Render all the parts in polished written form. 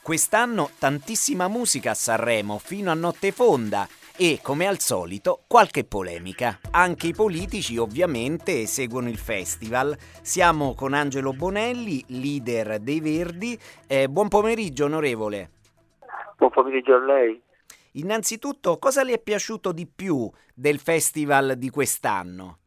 Quest'anno tantissima musica a Sanremo, fino a notte fonda e, come al solito, qualche polemica. Anche i politici ovviamente seguono il festival. Siamo con Angelo Bonelli, leader dei Verdi. Buon pomeriggio, onorevole. Buon pomeriggio a lei. Innanzitutto, cosa le è piaciuto di più del festival di quest'anno?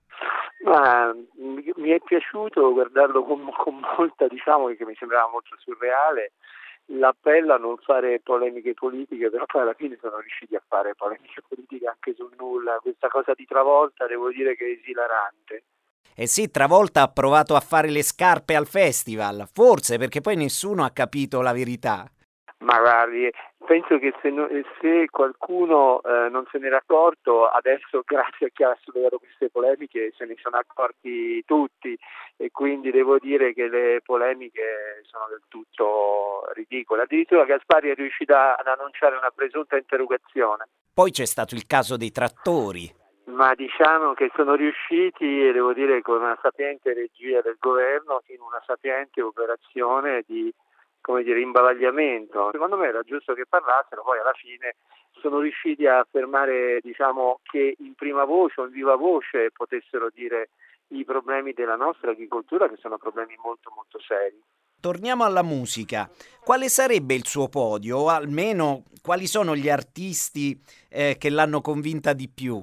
Mi è piaciuto guardarlo con molta, che mi sembrava molto surreale, l'appello a non fare polemiche politiche, però poi alla fine sono riusciti a fare polemiche politiche anche sul nulla. Questa cosa di Travolta devo dire che è esilarante. Eh sì, Travolta ha provato a fare le scarpe al festival, forse perché poi nessuno ha capito la verità. Ma guardi, penso che se qualcuno non se n'era accorto, adesso grazie a chi ha sollevato queste polemiche se ne sono accorti tutti, e quindi devo dire che le polemiche sono del tutto ridicole. Addirittura Gasparri è riuscita ad annunciare una presunta interrogazione. Poi c'è stato il caso dei trattori. Ma diciamo che sono riusciti, e devo dire con una sapiente regia del governo, in una sapiente operazione di imbavagliamento. Secondo me era giusto che parlassero, poi alla fine sono riusciti a affermare che in prima voce o in viva voce potessero dire i problemi della nostra agricoltura, che sono problemi molto molto seri. Torniamo alla musica. Quale sarebbe il suo podio, o almeno quali sono gli artisti che l'hanno convinta di più?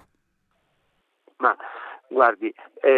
Ma guardi,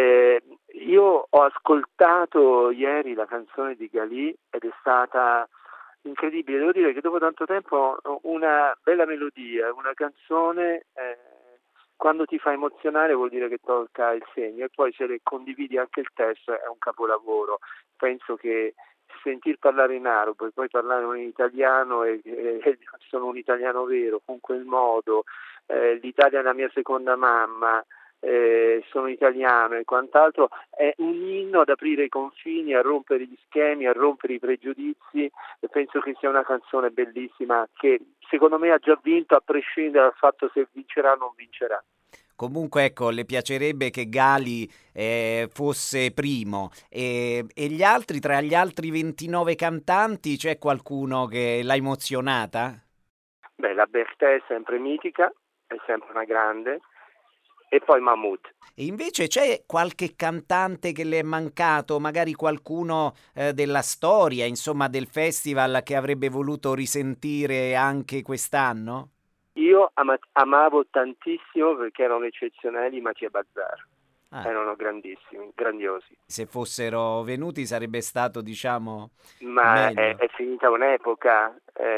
io ho ascoltato ieri la canzone di Galì ed è stata incredibile. Devo dire che dopo tanto tempo una bella melodia, una canzone, quando ti fa emozionare vuol dire che tocca il segno, e poi se le condividi anche il testo è un capolavoro. Penso che sentir parlare in arabo e poi parlare in italiano, e sono un italiano vero, con quel modo, l'Italia è la mia seconda mamma, sono italiano e quant'altro, è un inno ad aprire i confini, a rompere gli schemi, a rompere i pregiudizi, e penso che sia una canzone bellissima che secondo me ha già vinto, a prescindere dal fatto se vincerà o non vincerà. Comunque ecco, le piacerebbe che Gali fosse primo, e gli altri, tra gli altri 29 cantanti, c'è qualcuno che l'ha emozionata? Beh, la Bertè è sempre mitica, è sempre una grande. E poi Mahmood. E invece c'è qualche cantante che le è mancato, magari qualcuno della storia, insomma, del festival, che avrebbe voluto risentire anche quest'anno? Io amavo tantissimo, perché erano eccezionali, Mattia Bazzar. Erano grandissimi, grandiosi. Se fossero venuti sarebbe stato, Ma meglio. è finita un'epoca,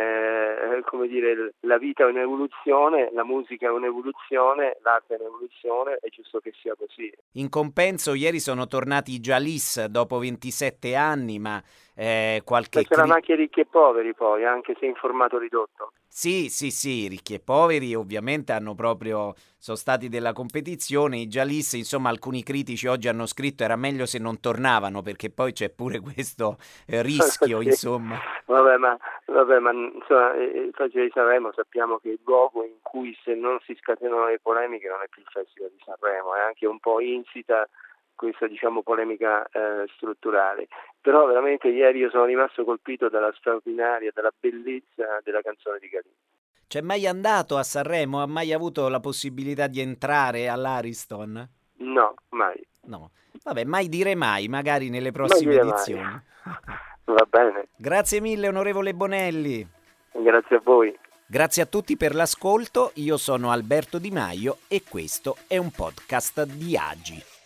la vita è un'evoluzione, la musica è un'evoluzione, l'arte è un'evoluzione, è giusto che sia così. In compenso ieri sono tornati i Jalis dopo 27 anni, ma qualche... Ma c'erano anche ricchi e poveri poi, anche se in formato ridotto. Sì, ricchi e poveri ovviamente sono stati della competizione. I Jalis, insomma, alcuni critici oggi hanno scritto era meglio se non tornavano, perché poi c'è pure questo rischio, Sì. insomma. Vabbè, ma insomma, il Festival di Sanremo sappiamo che è il luogo in cui, se non si scatenano le polemiche, non è più il Festival di Sanremo, è anche un po' insita questa polemica strutturale. Però veramente ieri io sono rimasto colpito dalla straordinaria, dalla bellezza della canzone di Galì. C'è mai andato a Sanremo? Ha mai avuto la possibilità di entrare all'Ariston? No, mai. No. Vabbè, mai dire mai, magari nelle prossime edizioni. Va bene. Grazie mille, onorevole Bonelli. Grazie a voi. Grazie a tutti per l'ascolto. Io sono Alberto Di Maio e questo è un podcast di Agi.